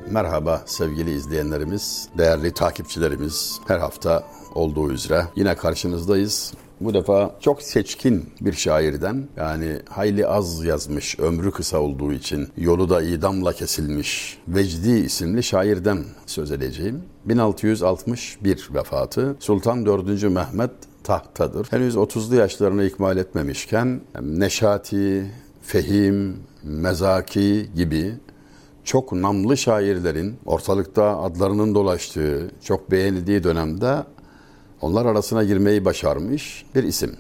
Merhaba sevgili izleyenlerimiz, değerli takipçilerimiz. Her hafta olduğu üzere yine karşınızdayız. Bu defa çok seçkin bir şairden, yani hayli az yazmış, ömrü kısa olduğu için yolu da idamla kesilmiş Vecdi isimli şairden söz edeceğim. 1661 vefatı, Sultan 4. Mehmet tahttadır. Henüz 30'lu yaşlarını ikmal etmemişken Neşati, Fehim, Mezaki gibi çok namlı şairlerin ortalıkta adlarının dolaştığı, çok beğenildiği dönemde onlar arasına girmeyi başarmış bir isim.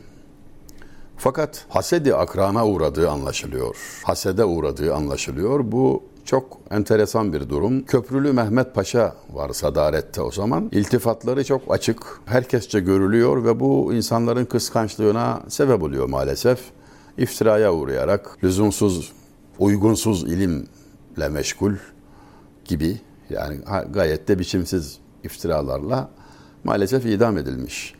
Fakat hasedi akrana uğradığı anlaşılıyor. Hasede uğradığı anlaşılıyor. Bu çok enteresan bir durum. Köprülü Mehmet Paşa var sadarette o zaman. İltifatları çok açık, herkesçe görülüyor ve bu insanların kıskançlığına sebep oluyor maalesef. İftiraya uğrayarak lüzumsuz, uygunsuz ilimle meşgul gibi, yani gayet de biçimsiz iftiralarla maalesef idam edilmiş.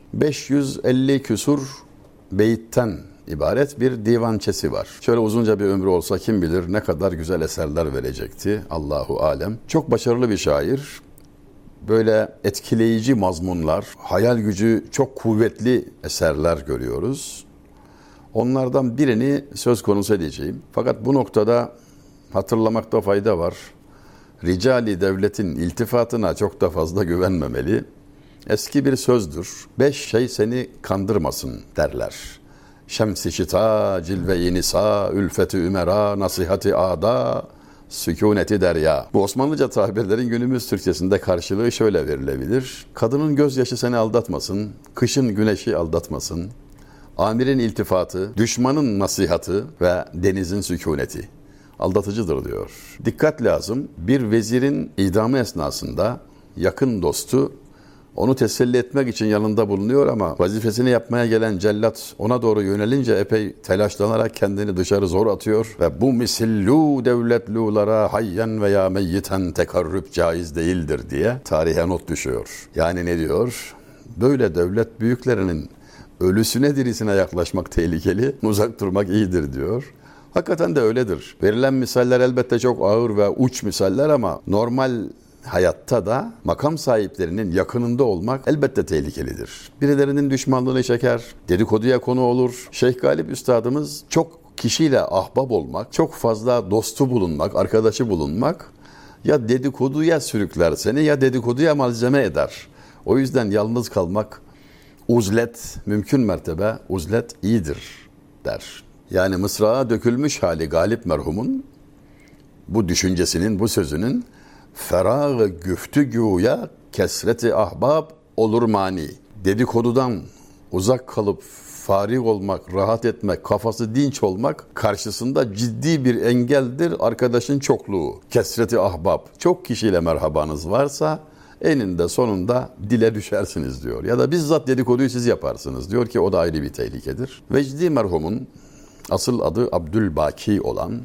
550 küsur beyitten ibaret bir divançesi var. Şöyle uzunca bir ömrü olsa kim bilir ne kadar güzel eserler verecekti. Allahu alem. Çok başarılı bir şair. Böyle etkileyici mazmunlar, hayal gücü çok kuvvetli eserler görüyoruz. Onlardan birini söz konusu edeceğim. Fakat bu noktada hatırlamakta fayda var. Ricali devletin iltifatına çok da fazla güvenmemeli. Eski bir sözdür. 5 şey seni kandırmasın derler. Şems-i şita, cilve-i nisa, ülfeti ümera, nasihati ada, sükûneti derya. Bu Osmanlıca tabirlerin günümüz Türkçesinde karşılığı şöyle verilebilir. Kadının gözyaşı seni aldatmasın, kışın güneşi aldatmasın, amirin iltifatı, düşmanın nasihatı ve denizin sükûneti aldatıcıdır diyor. Dikkat lazım. Bir vezirin idamı esnasında yakın dostu onu teselli etmek için yanında bulunuyor ama vazifesini yapmaya gelen cellat ona doğru yönelince epey telaşlanarak kendini dışarı zor atıyor ve bu misillu devletlulara hayyen veya meyyiten tekarrüp caiz değildir diye tarihe not düşüyor. Yani ne diyor? Böyle devlet büyüklerinin ölüsüne dirisine yaklaşmak tehlikeli, uzak durmak iyidir diyor. Hakikaten de öyledir. Verilen misaller elbette çok ağır ve uç misaller ama normal hayatta da makam sahiplerinin yakınında olmak elbette tehlikelidir. Birilerinin düşmanlığını çeker, dedikoduya konu olur. Şeyh Galip Üstadımız çok kişiyle ahbap olmak, çok fazla dostu bulunmak, arkadaşı bulunmak ya dedikoduya sürükler seni ya dedikoduya malzeme eder. O yüzden yalnız kalmak, uzlet, mümkün mertebe uzlet iyidir der. Yani mısrağa dökülmüş hali Galip merhumun bu düşüncesinin, bu sözünün ferâg-ı güftügûya kesreti ahbab olur mani. Dedikodudan uzak kalıp fârig olmak, rahat etmek, kafası dinç olmak karşısında ciddi bir engeldir arkadaşın çokluğu. Kesreti ahbab. Çok kişiyle merhabanız varsa eninde sonunda dile düşersiniz diyor. Ya da bizzat dedikoduyu siz yaparsınız diyor ki o da ayrı bir tehlikedir. Vecdi merhumun asıl adı Abdülbaki olan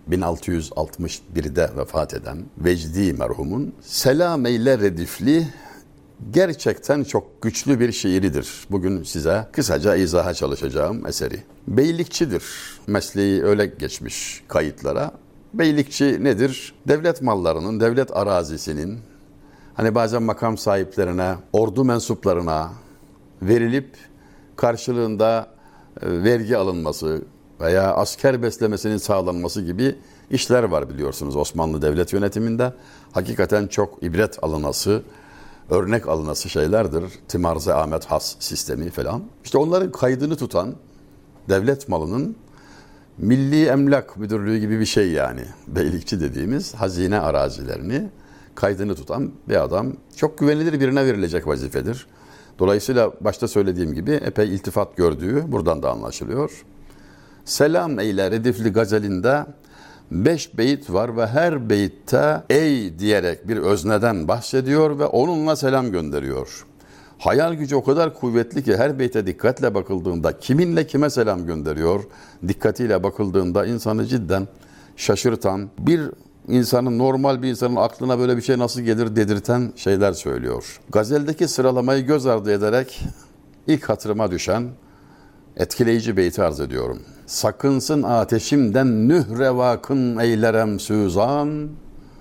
1661'de vefat eden Vecdi merhumun Selam eyle redifli gerçekten çok güçlü bir şiiridir. Bugün size kısaca izaha çalışacağım eseri. Beylikçidir. Mesleği öyle geçmiş kayıtlara. Beylikçi nedir? Devlet mallarının, devlet arazisinin hani bazen makam sahiplerine, ordu mensuplarına verilip karşılığında vergi alınması veya asker beslemesinin sağlanması gibi işler var biliyorsunuz Osmanlı devlet yönetiminde. Hakikaten çok ibret alınası, örnek alınası şeylerdir. Timarze Ahmet Has sistemi falan. İşte onların kaydını tutan devlet malının Milli Emlak Müdürlüğü gibi bir şey yani. Beylikçi dediğimiz hazine arazilerini kaydını tutan bir adam. Çok güvenilir birine verilecek vazifedir. Dolayısıyla başta söylediğim gibi epey iltifat gördüğü buradan da anlaşılıyor. Selam eyle redifli gazelinde 5 beyit var ve her beyitte ey diyerek bir özneden bahsediyor ve onunla selam gönderiyor. Hayal gücü o kadar kuvvetli ki her beyte dikkatle bakıldığında kiminle kime selam gönderiyor, dikkatiyle bakıldığında insanı cidden şaşırtan, bir insanın, normal bir insanın aklına böyle bir şey nasıl gelir dedirten şeyler söylüyor. Gazeldeki sıralamayı göz ardı ederek ilk hatırıma düşen etkileyici beyti arz ediyorum. Sakınsın ateşimden nührevakın eylerem süzan,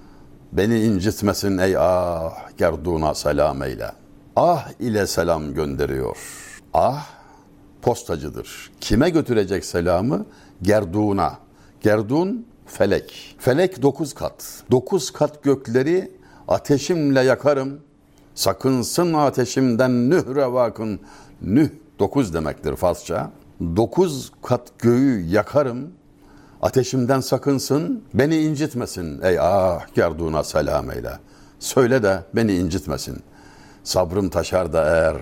beni incitmesin ey ah, gerduna selam eyle. Ah ile selam gönderiyor. Ah postacıdır. Kime götürecek selamı? Gerduna. Gerdun felek. Felek 9 kat. 9 kat gökleri ateşimle yakarım. Sakınsın ateşimden nüh revakın. Nüh 9 demektir Farsça. 9 kat göğü yakarım. Ateşimden sakınsın, beni incitmesin. Ey ah gerduna selam eyle. Söyle de beni incitmesin. Sabrım taşar da eğer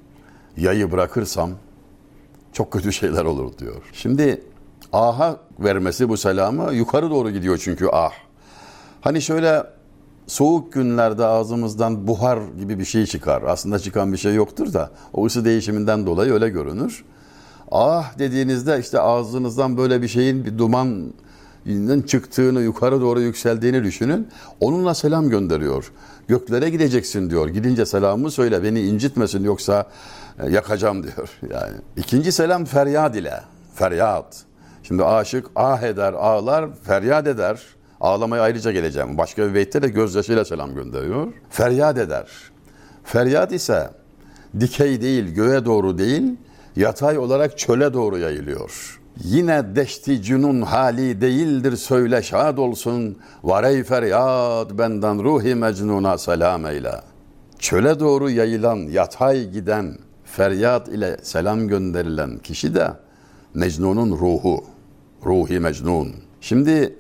yayı bırakırsam çok kötü şeyler olur diyor. Şimdi ah'a vermesi bu selamı yukarı doğru gidiyor çünkü ah. Hani şöyle soğuk günlerde ağzımızdan buhar gibi bir şey çıkar. Aslında çıkan bir şey yoktur da o ısı değişiminden dolayı öyle görünür. Ah dediğinizde işte ağzınızdan böyle bir şeyin bir dumanın çıktığını, yukarı doğru yükseldiğini düşünün. Onunla selam gönderiyor. Göklere gideceksin diyor. Gidince selamımı söyle, beni incitmesin yoksa yakacağım diyor. Yani ikinci selam feryat ile. Feryat. Şimdi aşık ah eder, ağlar, feryat eder. Ağlamaya ayrıca geleceğim. Başka bir beytte de gözyaşıyla selam gönderiyor. Feryat eder. Feryat ise dikey değil, göğe doğru değil, yatay olarak çöle doğru yayılıyor. Yine deşti cünun hali değildir söyle şad olsun. Var ey feryat benden ruhi mecnuna selam eyle. Çöle doğru yayılan, yatay giden feryat ile selam gönderilen kişi de Mecnun'un ruhu. Ruhi Mecnun. Şimdi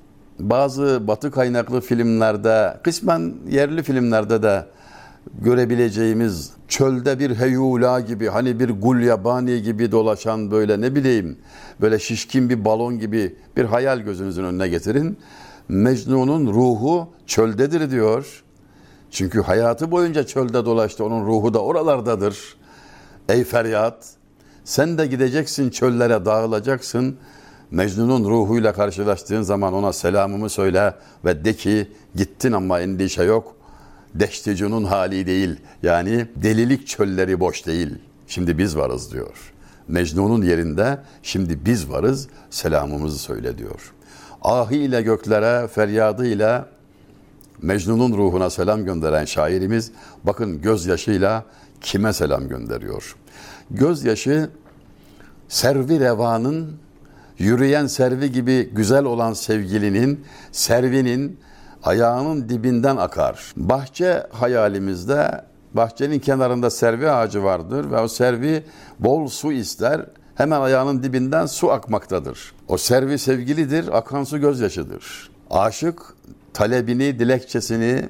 bazı batı kaynaklı filmlerde, kısmen yerli filmlerde de görebileceğimiz çölde bir heyula gibi, hani bir gulyabani gibi dolaşan böyle ne bileyim, böyle şişkin bir balon gibi bir hayal gözünüzün önüne getirin. Mecnun'un ruhu çöldedir diyor. Çünkü hayatı boyunca çölde dolaştı, onun ruhu da oralardadır. Ey feryat, sen de gideceksin çöllere, dağılacaksın. Mecnun'un ruhuyla karşılaştığın zaman ona selamımı söyle ve de ki gittin ama endişe yok. Deşticunun hali değil, yani delilik çölleri boş değil. Şimdi biz varız diyor. Mecnun'un yerinde şimdi biz varız, selamımızı söyle diyor. Ahiyle göklere, feryadıyla Mecnun'un ruhuna selam gönderen şairimiz bakın gözyaşıyla kime selam gönderiyor. Gözyaşı servi revanın, yürüyen servi gibi güzel olan sevgilinin, servinin ayağının dibinden akar. Bahçe hayalimizde, bahçenin kenarında servi ağacı vardır ve o servi bol su ister. Hemen ayağının dibinden su akmaktadır. O servi sevgilidir, akan su gözyaşıdır. Aşık talebini, dilekçesini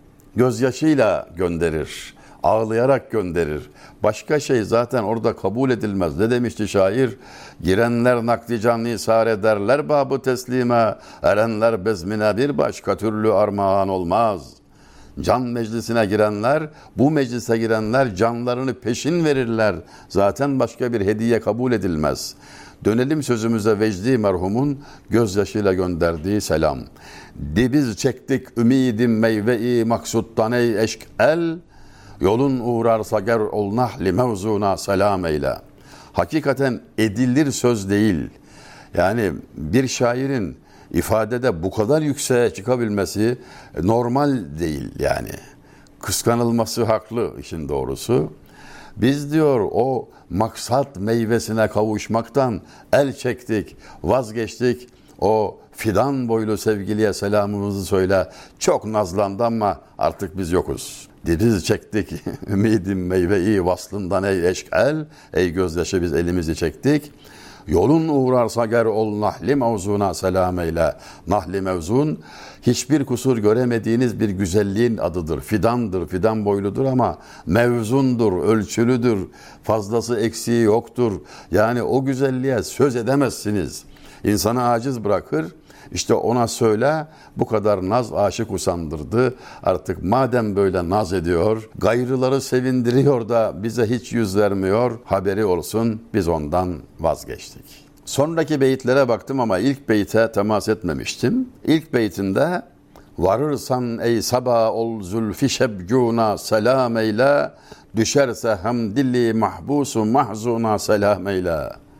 gözyaşıyla gönderir. Ağlayarak gönderir. Başka şey zaten orada kabul edilmez. Ne demişti şair? Girenler nakdi can nisar ederler babı teslime, erenler bezmine bir başka türlü armağan olmaz. Can meclisine girenler, bu meclise girenler canlarını peşin verirler. Zaten başka bir hediye kabul edilmez. Dönelim sözümüze, Vecdi merhumun gözyaşıyla gönderdiği selam. Dibiz çektik ümidim meyve-i maksuttan ey eşk el, yolun uğrarsa ger ol nahli mevzuna selam eyle. Hakikaten edilir söz değil. Yani bir şairin ifadede bu kadar yükseğe çıkabilmesi normal değil yani. Kıskanılması haklı işin doğrusu. Biz diyor o maksat meyvesine kavuşmaktan el çektik, vazgeçtik. O fidan boylu sevgiliye selamımızı söyle. Çok nazlandı ama artık biz yokuz. Dibiz çektik ümidim meyve-i vaslından ey eşk el. Ey gözyaşı biz elimizi çektik. Yolun uğrarsa ger ol nahli mevzuna selam eyle. Nahli mevzun hiçbir kusur göremediğiniz bir güzelliğin adıdır. Fidandır, fidan boyludur ama mevzundur, ölçülüdür. Fazlası eksiği yoktur. Yani o güzelliğe söz edemezsiniz. İnsanı aciz bırakır. İşte ona söyle, bu kadar naz aşık usandırdı. Artık madem böyle naz ediyor, gayrıları sevindiriyor da bize hiç yüz vermiyor, haberi olsun biz ondan vazgeçtik. Sonraki beyitlere baktım ama ilk beyte temas etmemiştim. İlk beytinde varırsan ey sabah ol zülfi şebcuna selam eyle, düşerse hem dilli mahbusu mahzuna selam eyle.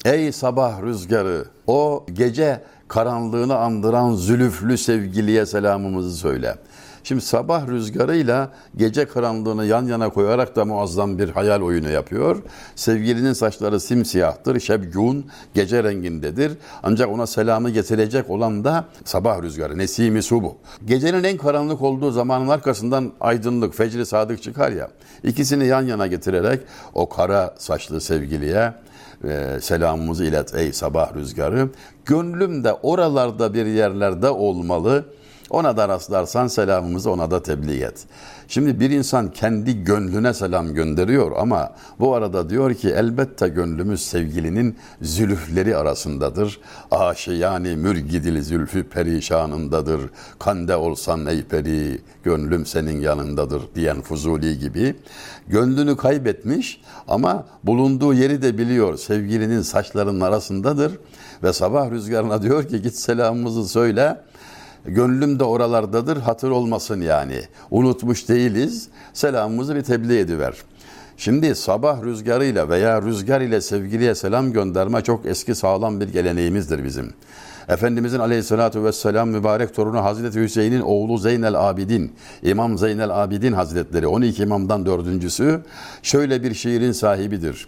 Ey sabah rüzgarı, o gece karanlığını andıran zülüflü sevgiliye selamımızı söyle. Şimdi sabah rüzgarıyla gece karanlığını yan yana koyarak da muazzam bir hayal oyunu yapıyor. Sevgilinin saçları simsiyahtır, şebgûn, gece rengindedir. Ancak ona selamı getirecek olan da sabah rüzgarı, nesimi subu. Gecenin en karanlık olduğu zamanın arkasından aydınlık, fecri sadık çıkar ya. İkisini yan yana getirerek o kara saçlı sevgiliye selamımızı ilet ey sabah rüzgarı. Gönlüm de oralarda bir yerlerde olmalı. Ona da rastlarsan selamımızı ona da tebliğ et. Şimdi bir insan kendi gönlüne selam gönderiyor ama bu arada diyor ki elbette gönlümüz sevgilinin zülüfleri arasındadır. Aşiyani mürgidil zülfü perişanındadır. Kande olsan ey peri gönlüm senin yanındadır diyen Fuzuli gibi. Gönlünü kaybetmiş ama bulunduğu yeri de biliyor. Sevgilinin saçlarının arasındadır ve sabah rüzgarına diyor ki git selamımızı söyle. Gönlüm de oralardadır, hatır olmasın yani. Unutmuş değiliz, selamımızı bir tebliğ ediver. Şimdi sabah rüzgarıyla veya rüzgar ile sevgiliye selam gönderme çok eski sağlam bir geleneğimizdir bizim. Efendimizin aleyhissalatu vesselam mübarek torunu Hazreti Hüseyin'in oğlu Zeynel Abidin, İmam Zeynel Abidin Hazretleri, 12 imamdan dördüncüsü, şöyle bir şiirin sahibidir.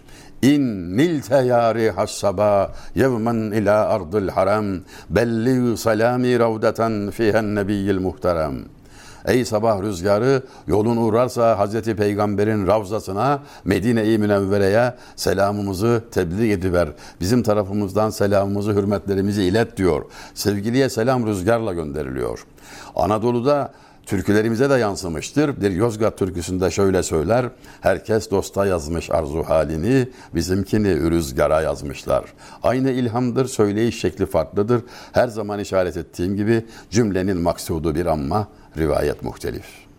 İn nilte yâri hassaba yevmen ila ardıl haram belli salami ravdeten fihen nebiyyil muhterem. Ey sabah rüzgarı yolun uğrarsa Hazreti Peygamber'in ravzasına Medine-i Münevvere'ye selamımızı tebliğ ediver. Bizim tarafımızdan selamımızı, hürmetlerimizi ilet diyor. Sevgiliye selam rüzgarla gönderiliyor. Anadolu'da türkülerimize de yansımıştır. Bir Yozgat türküsünde şöyle söyler. Herkes dosta yazmış arzu halini, bizimkini rüzgara yazmışlar. Aynı ilhamdır, söyleyiş şekli farklıdır. Her zaman işaret ettiğim gibi cümlenin maksudu bir ama rivayet muhtelif.